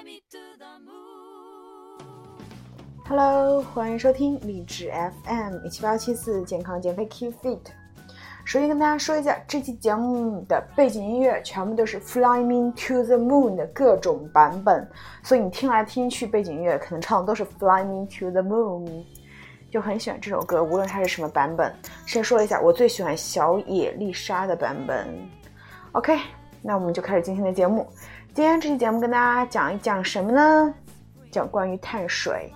Hello， 欢迎收听励志 FM 17874健康减肥 Keep Fit。首先跟大家说一下，这期节目的背景音乐全部都是 Fly Me to the Moon 的各种版本，所以你听来听去背景音乐可能唱的都是 Fly Me to the Moon， 就很喜欢这首歌，无论它是什么版本。先说一下，我最喜欢小野丽莎的版本。OK， 那我们就开始今天的节目。今天这期节目跟大家讲一讲什么呢？讲关于碳水。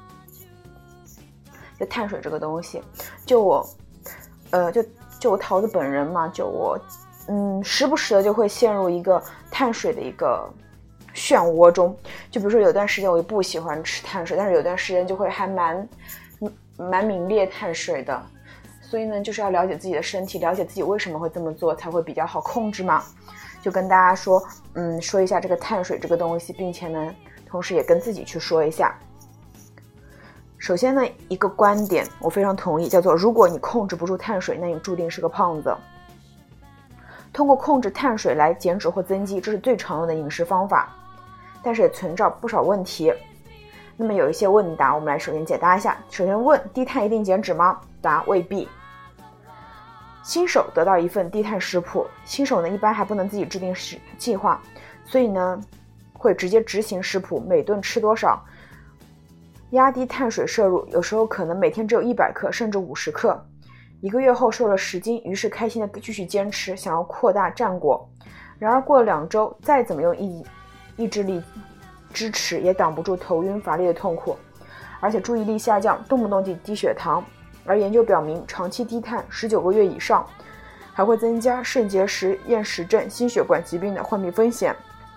就碳水这个东西，就我桃子本人嘛，时不时的就会陷入一个碳水的一个漩涡中。就比如说有段时间我也不喜欢吃碳水，但是有段时间就会还蛮名列碳水的。所以呢，就是要了解自己的身体，了解自己为什么会这么做，才会比较好控制嘛。就跟大家说一下这个碳水这个东西，并且呢，同时也跟自己去说一下。首先呢，一个观点我非常同意，叫做如果你控制不住碳水，那你注定是个胖子。通过控制碳水来减脂或增肌，这是最常用的饮食方法，但是也存在不少问题。那么有一些问答，我们来首先解答一下。首先问，低碳一定减脂吗？答，未必。新手得到一份低碳食谱，新手呢一般还不能自己制定计划，所以呢会直接执行食谱，每顿吃多少，压低碳水摄入，有时候可能每天只有100克甚至50克。1个月后瘦了10斤，于是开心的继续坚持，想要扩大战果。然而过了2周，再怎么用意志力支持，也挡不住头晕乏力的痛苦，而且注意力下降，动不动就低血糖。而研究表明，长期低碳19个月以上，还会增加肾结石、厌食症、心血管疾病的患病风险。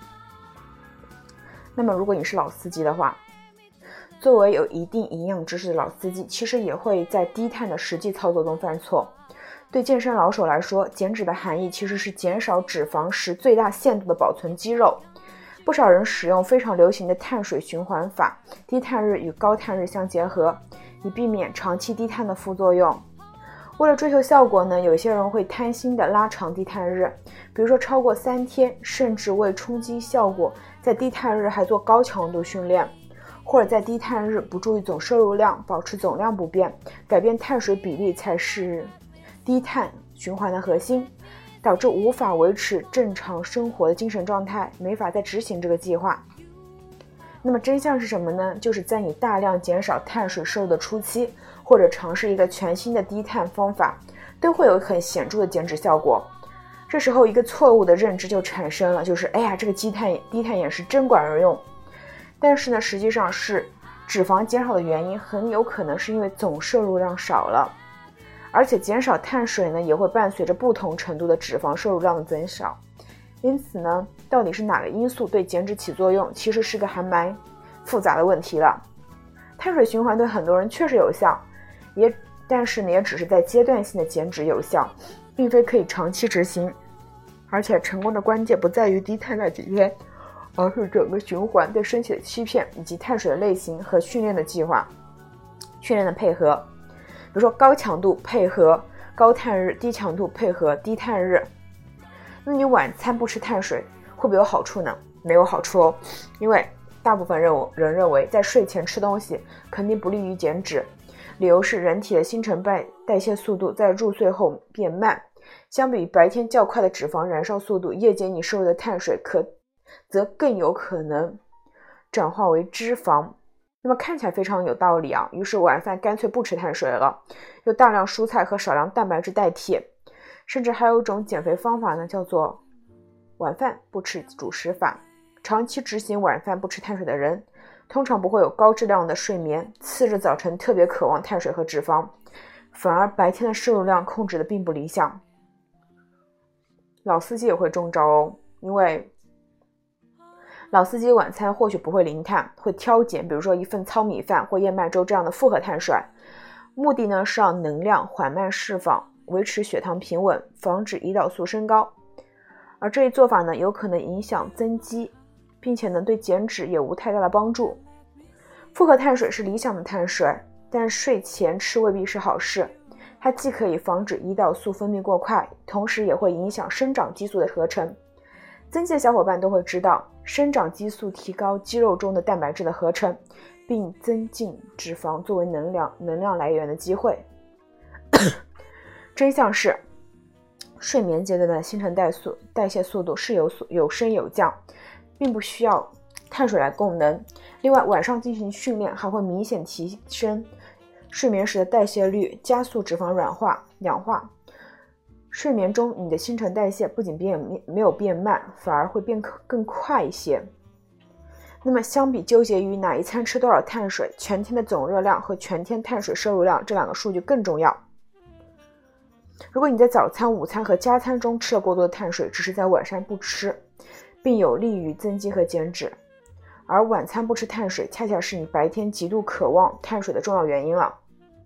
那么如果你是老司机的话，作为有一定营养知识的老司机，其实也会在低碳的实际操作中犯错。对健身老手来说，减脂的含义其实是减少脂肪时最大限度的保存肌肉。不少人使用非常流行的碳水循环法，低碳日与高碳日相结合，以避免长期低碳的副作用。为了追求效果呢，有些人会贪心的拉长低碳日，比如说超过3天，甚至为冲击效果，在低碳日还做高强度训练，或者在低碳日不注意总摄入量，保持总量不变，改变碳水比例才是低碳循环的核心，导致无法维持正常生活的精神状态，没法再执行这个计划。那么真相是什么呢？就是在你大量减少碳水摄入的初期，或者尝试一个全新的低碳方法，都会有很显著的减脂效果。这时候一个错误的认知就产生了，就是这个低碳饮食真管用。但是呢，实际上是脂肪减少的原因很有可能是因为总摄入量少了，而且减少碳水呢也会伴随着不同程度的脂肪摄入量的减少。因此呢，到底是哪个因素对减脂起作用，其实是个还蛮复杂的问题了。碳水循环对很多人确实有效，但是呢也只是在阶段性的减脂有效，并非可以长期执行。而且成功的关键不在于低碳那几天，而是整个循环对身体的欺骗，以及碳水的类型和训练的计划、训练的配合。比如说高强度配合高碳日，低强度配合低碳日。那你晚餐不吃碳水会不会有好处呢？没有好处哦，因为大部分人认为在睡前吃东西肯定不利于减脂，理由是人体的新陈代谢速度在入睡后变慢，相比于白天较快的脂肪燃烧速度，夜间你摄入的碳水则更有可能转化为脂肪。那么看起来非常有道理啊，于是晚饭干脆不吃碳水了，用大量蔬菜和少量蛋白质代替。甚至还有一种减肥方法呢，叫做晚饭不吃主食法。长期执行晚饭不吃碳水的人，通常不会有高质量的睡眠，次日早晨特别渴望碳水和脂肪，反而白天的摄入量控制的并不理想。老司机也会中招哦，因为老司机晚餐或许不会零碳，会挑拣，比如说一份糙米饭或燕麦粥这样的复合碳水，目的呢是让能量缓慢释放，维持血糖平稳，防止胰岛素升高。而这一做法呢，有可能影响增肌，并且呢对减脂也无太大的帮助。复合碳水是理想的碳水，但睡前吃未必是好事。它既可以防止胰岛素分泌过快，同时也会影响生长激素的合成。 增肌的小伙伴都会知道，生长激素提高肌肉中的蛋白质的合成，并增进脂肪作为能量来源的机会。真相是，睡眠阶段的新陈代谢速度是有升有降，并不需要碳水来供能。另外，晚上进行训练还会明显提升睡眠时的代谢率，加速脂肪氧化。睡眠中你的新陈代谢不仅没有变慢，反而会变更快一些。那么相比纠结于哪一餐吃多少碳水，全天的总热量和全天碳水摄入量这两个数据更重要。如果你在早餐、午餐和加餐中吃了过多的碳水，只是在晚上不吃，并有利于增肌和减脂，而晚餐不吃碳水恰恰是你白天极度渴望碳水的重要原因了。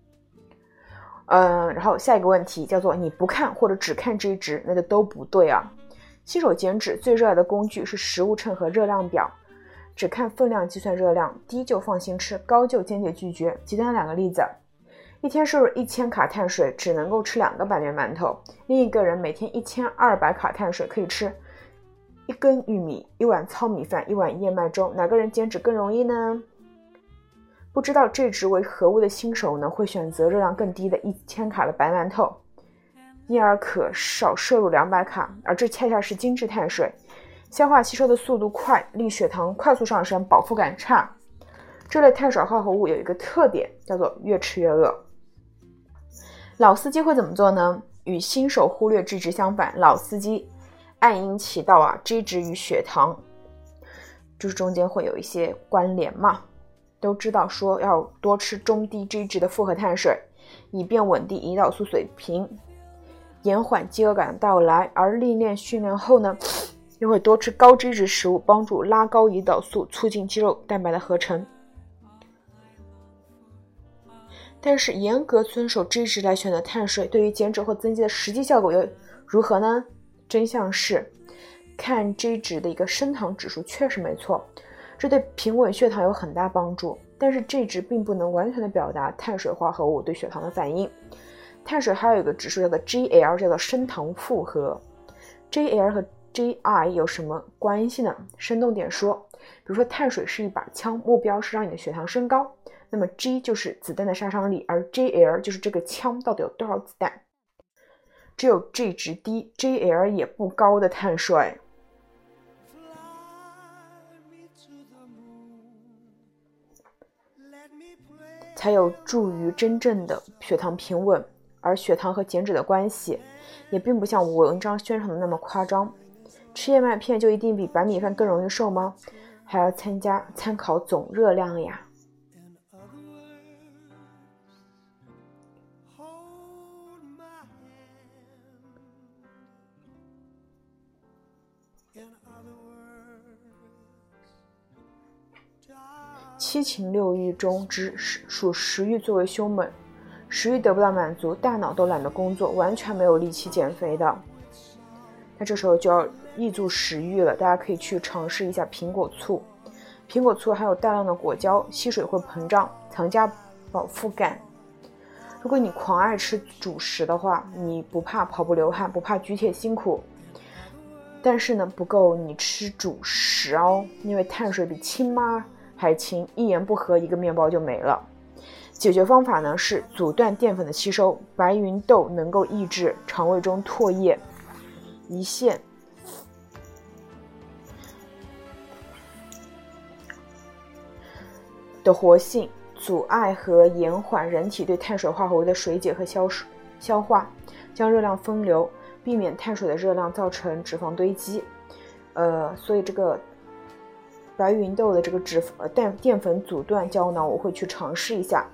然后下一个问题叫做你不看或者只看这一值，那就都不对啊。新手减脂最热爱的工具是食物秤和热量表，只看分量计算热量，低就放心吃，高就坚决拒绝。极端的两个例子，一天摄入1000卡碳水，只能够吃2个板面馒头；另一个人每天1200卡碳水，可以吃1根玉米、1碗糙米饭、1碗燕麦粥，哪个人减脂更容易呢？不知道这值为何物的新手呢，会选择热量更低的1000卡的白馒头，因而可少摄入200卡，而这恰恰是精致碳水，消化吸收的速度快，令血糖快速上升，饱腹感差。这类碳水化合物有一个特点，叫做越吃越饿。老司机会怎么做呢？与新手忽略 G 值相反，老司机暗因其道G 值与血糖就是中间会有一些关联嘛。都知道说要多吃中低 G 值的复合碳水，以便稳定胰岛素水平，延缓饥饿感的到来。而历练训练后呢，又会多吃高 G 值食物，帮助拉高胰岛素，促进肌肉蛋白的合成。但是严格遵守 G 值来选择碳水，对于减脂或增肌的实际效果又如何呢？真相是，看 G 值的一个升糖指数确实没错，这对平稳血糖有很大帮助，但是 G 值并不能完全的表达碳水化合物对血糖的反应。碳水还有一个指数叫做 GL， 叫做升糖负荷。GL 和 GI 有什么关系呢？生动点说，比如说碳水是一把枪，目标是让你的血糖升高，那么 G 就是子弹的杀伤力，而 GL 就是这个枪到底有多少子弹。只有 G 值低 GL 也不高的碳水才有助于真正的血糖平稳。而血糖和减脂的关系也并不像文章宣传的那么夸张。吃燕麦片就一定比白米饭更容易瘦吗？还要参考总热量呀。七情六欲中属食欲作为凶猛，食欲得不到满足，大脑都懒得工作，完全没有力气减肥的。那这时候就要抑制食欲了，大家可以去尝试一下苹果醋。苹果醋含有大量的果胶，吸水会膨胀，增加饱腹感。如果你狂爱吃主食的话，你不怕跑步流汗，不怕举铁辛苦，但是呢不够你吃主食哦，因为碳水比亲妈还轻，一言不合一个面包就没了。解决方法呢是阻断淀粉的吸收，白芸豆能够抑制肠胃中唾液胰腺的活性，阻碍和延缓人体对碳水化合物的水解和消化，将热量分流，避免碳水的热量造成脂肪堆积。所以这个白芸豆的这个淀粉阻断胶囊我会去尝试一下。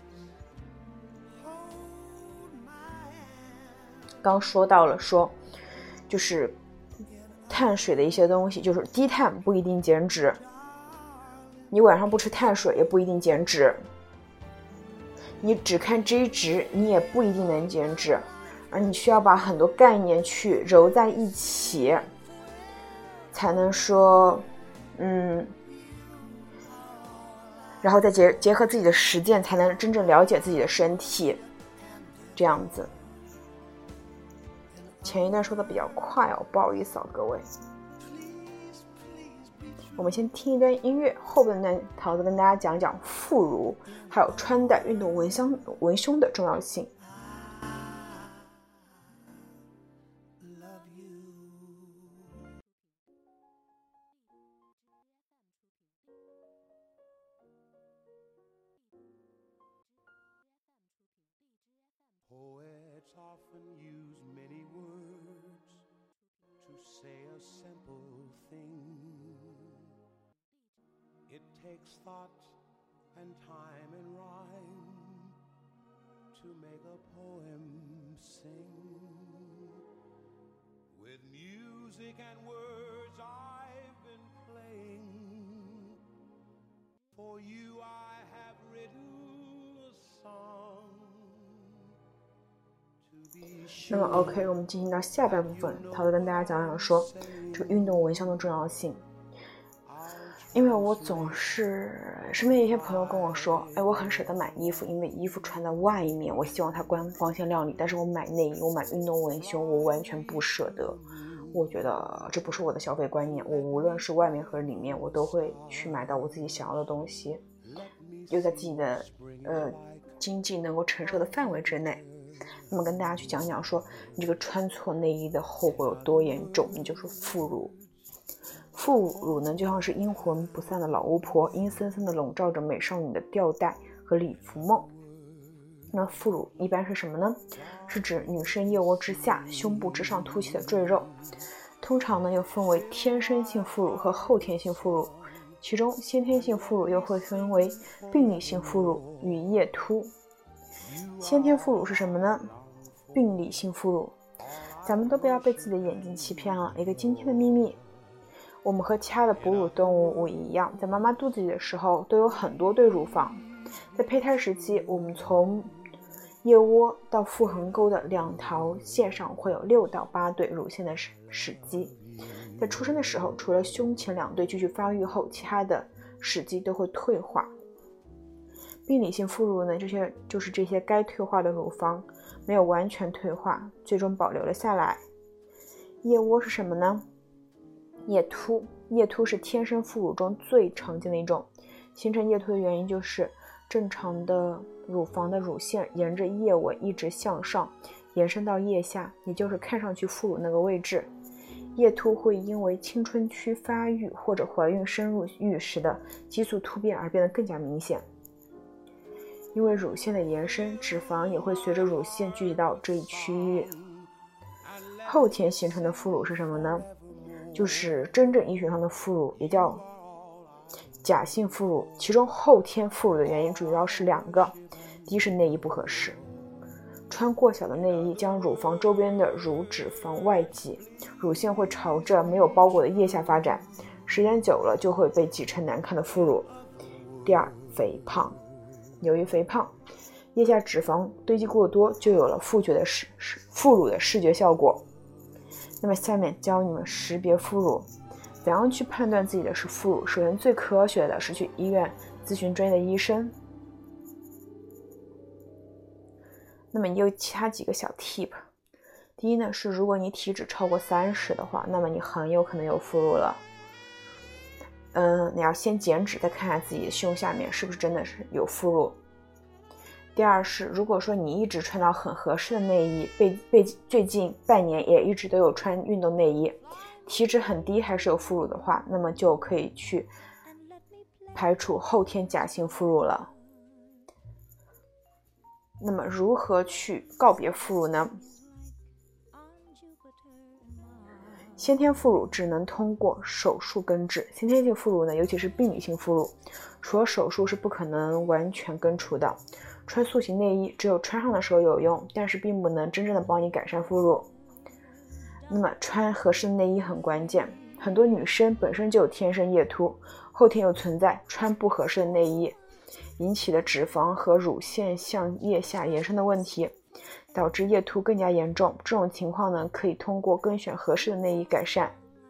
刚说到了就是碳水的一些东西，就是低碳不一定减脂，你晚上不吃碳水也不一定减脂，你只看 G 值你也不一定能减脂，而你需要把很多概念去揉在一起，才能说然后再结合自己的实践，才能真正了解自己的身体，这样子。前一段说的比较快不好意思各位。 我们先听一段音乐，后边呢，桃子跟大家讲讲副乳还有穿戴运动文胸的重要性。 Poets often use many words to say a simple thing. It takes thought and time and rhyme to make a poem sing. With music and words I've been playing. For you I have written a song. 那么 OK， 我们进行到下半部分，桃子跟大家讲讲说这个运动文胸的重要性。因为我总是身边一些朋友跟我说，我很舍得买衣服，因为衣服穿在外面，我希望它光鲜亮丽，但是我买内衣，我买运动文胸，我完全不舍得。我觉得这不是我的消费观念，我无论是外面和里面，我都会去买到我自己想要的东西，又在自己的经济能够承受的范围之内。那么跟大家去讲讲说，你这个穿错内衣的后果有多严重，你就是副乳。副乳呢，就像是阴魂不散的老巫婆，阴森森的笼罩着美少女的吊带和礼服梦。那副乳一般是什么呢？是指女生腋窝之下、胸部之上凸起的赘肉。通常呢，又分为天生性副乳和后天性副乳，其中先天性副乳又会分为病理性副乳与腋凸。先天副乳是什么呢？病理性副乳。咱们都不要被自己的眼睛欺骗了。一个惊天的秘密，我们和其他的哺乳动物一样，在妈妈肚子里的时候都有很多对乳房。在胚胎时期，我们从腋窝到腹横沟的两条线上会有6到8对乳腺的始基。在出生的时候，除了胸前2对继续发育后，其他的始基都会退化。病理性副乳呢，这些该退化的乳房没有完全退化，最终保留了下来。腋窝是什么呢？腋凸。腋凸是天生副乳中最常见的一种。形成腋凸的原因就是正常的乳房的乳腺沿着腋尾一直向上延伸到腋下，也就是看上去副乳那个位置。腋凸会因为青春期发育或者怀孕生育时的激素突变而变得更加明显。因为乳腺的延伸，脂肪也会随着乳腺聚集到这一区域。后天形成的副乳是什么呢？就是真正医学上的副乳，也叫假性副乳。其中后天副乳的原因主要是2个，第一是内衣不合适，穿过小的内衣将乳房周边的乳脂肪外挤，乳腺会朝着没有包裹的腋下发展，时间久了就会被挤成难看的副乳。第二，肥胖。由于肥胖，腋下脂肪堆积过多，就有了副乳的视觉效果。那么下面教你们识别副乳，怎样去判断自己的是副乳？首先最科学的是去医院咨询专业的医生。那么也有其他几个小 tip。第一呢，是如果你体脂超过30的话，那么你很有可能有副乳了。你要先减脂，再看看自己的胸下面是不是真的是有副乳。第二是，如果说你一直穿到很合适的内衣，最近半年也一直都有穿运动内衣，体脂很低还是有副乳的话，那么就可以去排除后天假性副乳了。那么如何去告别副乳呢？先天副乳只能通过手术根治。先天性副乳呢，尤其是病理性副乳，除了手术是不可能完全根除的。穿塑形内衣只有穿上的时候有用，但是并不能真正的帮你改善副乳。那么穿合适的内衣很关键，很多女生本身就有天生腋凸，后天又存在穿不合适的内衣引起的脂肪和乳腺向腋下延伸的问题，导致腋凸更加严重。这种情况呢，可以通过更选合适的内衣改善。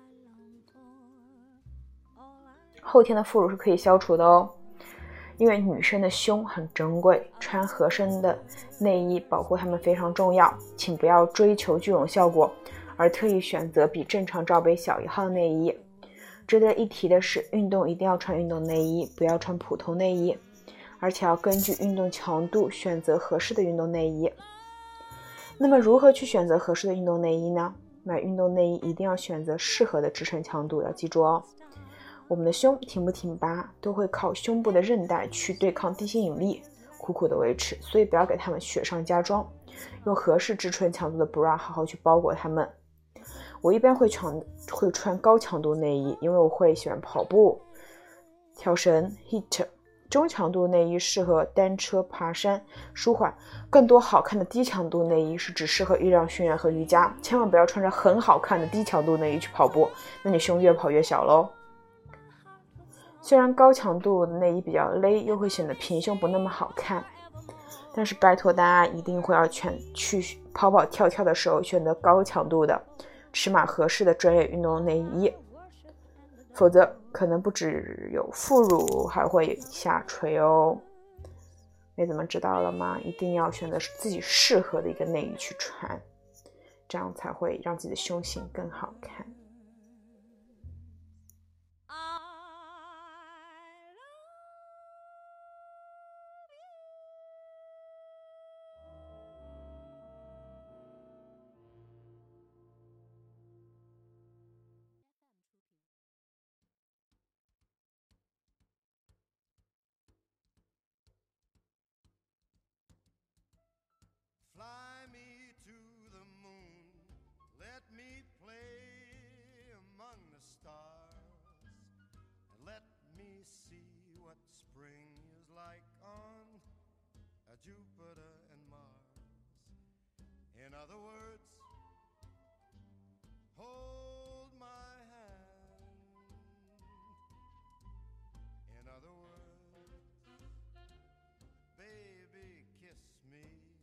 后天的副乳是可以消除的哦，因为女生的胸很珍贵，穿合身的内衣保护她们非常重要。请不要追求聚拢效果，而特意选择比正常罩杯小1号的内衣。 值得一提的是，运动一定要穿运动内衣，不要穿普通内衣，而且要根据运动强度选择合适的运动内衣。那么如何去选择合适的运动内衣呢？买运动内衣一定要选择适合的支撑强度，要记住哦。我们的胸挺不挺拔都会靠胸部的韧带去对抗地心引力苦苦的维持，所以不要给它们雪上加霜，用合适支撑强度的 bra 好好去包裹它们。我一般会穿高强度内衣，因为我会喜欢跑步、跳绳、HIIT。中强度内衣适合单车、爬山、舒缓。更多好看的低强度内衣是只适合力量训练和瑜伽，千万不要穿着很好看的低强度内衣去跑步，那你胸越跑越小咯。虽然高强度的内衣比较勒，又会显得平胸不那么好看，但是拜托大家一定会要去跑跑跳跳的时候选择高强度的、尺码合适的专业运动内衣，否则可能不只有副乳，还会下垂哦。妹子们知道了吗？一定要选择自己适合的一个内衣去穿，这样才会让自己的胸型更好看。 Fly me to the moon, let me play among the stars, and let me see what spring is like on Jupiter and Mars. In other words, hold my hand. In other words, baby, kiss me.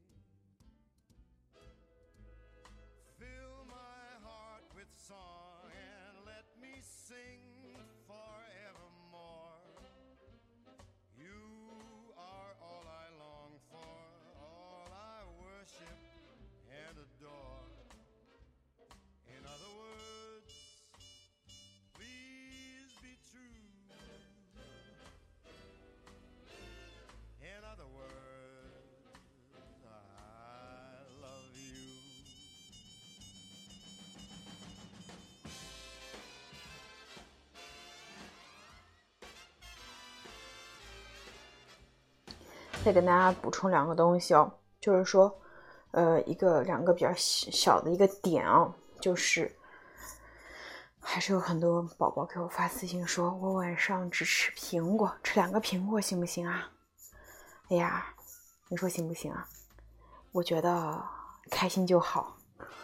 Fill my heart with song and let me sing forevermore. You are all I long for, all I worship and adore. In other words, please be true. In other words, I love you. 再跟大家补充两个东西哦，就是说，两个比较小的一个点哦，就是还是有很多宝宝给我发私信说，我晚上只吃苹果，吃2个苹果行不行啊？哎呀，你说行不行啊？我觉得开心就好。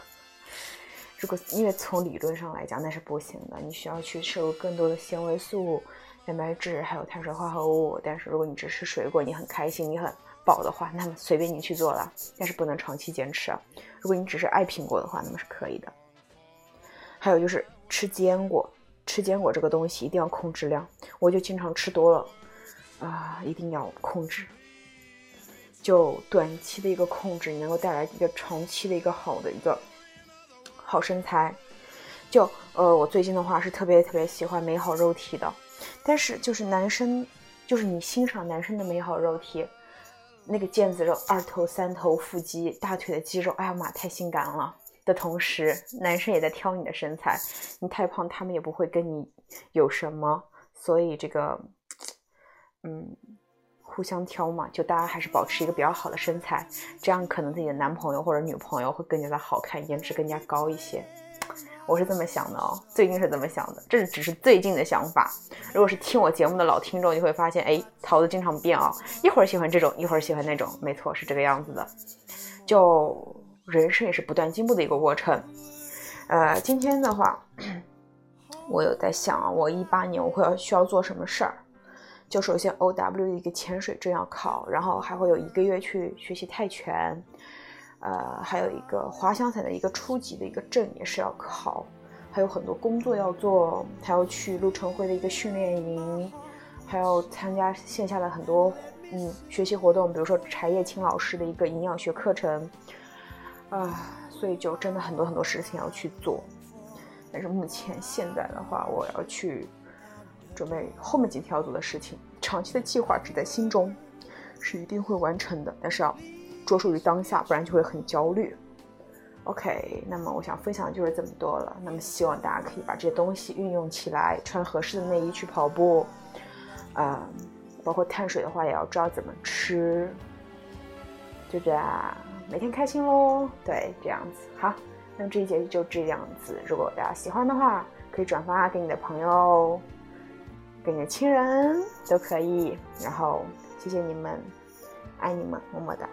因为从理论上来讲那是不行的，你需要去摄入更多的纤维素、蛋白质还有碳水化合物。但是如果你只吃水果，你很开心，你很饱的话，那么随便你去做了，但是不能长期坚持啊。如果你只是爱苹果的话，那么是可以的。还有就是吃坚果这个东西一定要控制量，我就经常吃多了一定要控制。就短期的一个控制，你能够带来一个长期的一个好身材。就我最近的话是特别喜欢美好肉体的，但是就是男生，就是你欣赏男生的美好肉体，那个腱子肉、2头、3头、腹肌、大腿的肌肉，哎呀妈，太性感了的同时，男生也在挑你的身材，你太胖他们也不会跟你有什么，所以这个互相挑嘛，就大家还是保持一个比较好的身材，这样可能自己的男朋友或者女朋友会更加的好看，颜值更加高一些。我是这么想的哦，最近是这么想的，这只是最近的想法。如果是听我节目的老听众，就会发现，哎，桃子经常变啊，一会儿喜欢这种，一会儿喜欢那种，没错，是这个样子的。就人生也是不断进步的一个过程。今天的话，我有在想啊，我18年我需要做什么事儿。就首先 OW 的一个潜水证要考，然后还会有1个月去学习泰拳，还有一个滑翔伞的一个初级的一个证也是要考，还有很多工作要做，还要去陆晨辉的一个训练营，还要参加线下的很多学习活动，比如说柴叶青老师的一个营养学课程，所以就真的很多事情要去做。 但是目前现在的话，我要去准备后面几天要做的事情，长期的计划只在心中，是一定会完成的，但是要着手于当下，不然就会很焦虑。OK， 那么我想分享的就是这么多了。那么希望大家可以把这些东西运用起来，穿合适的内衣去跑步，包括碳水的话也要知道怎么吃，就这样，每天开心咯。对，这样子。好，那么这一节就这样子。如果大家喜欢的话，可以转发给你的朋友，给你的亲人都可以。然后谢谢你们，爱你们，么么哒。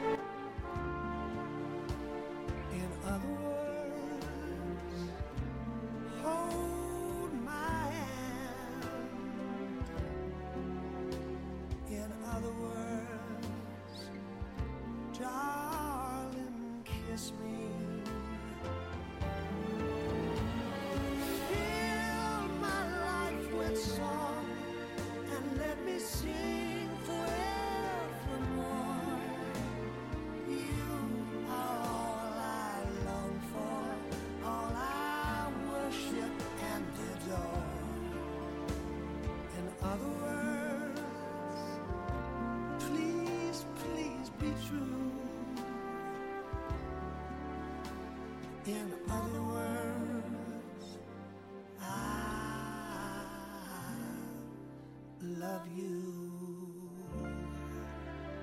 Darling, kiss me. Fill my life with song and let me sing forevermore. You are all I long for, all I worship and adore. In other words, please, please be true. In other words, I love you.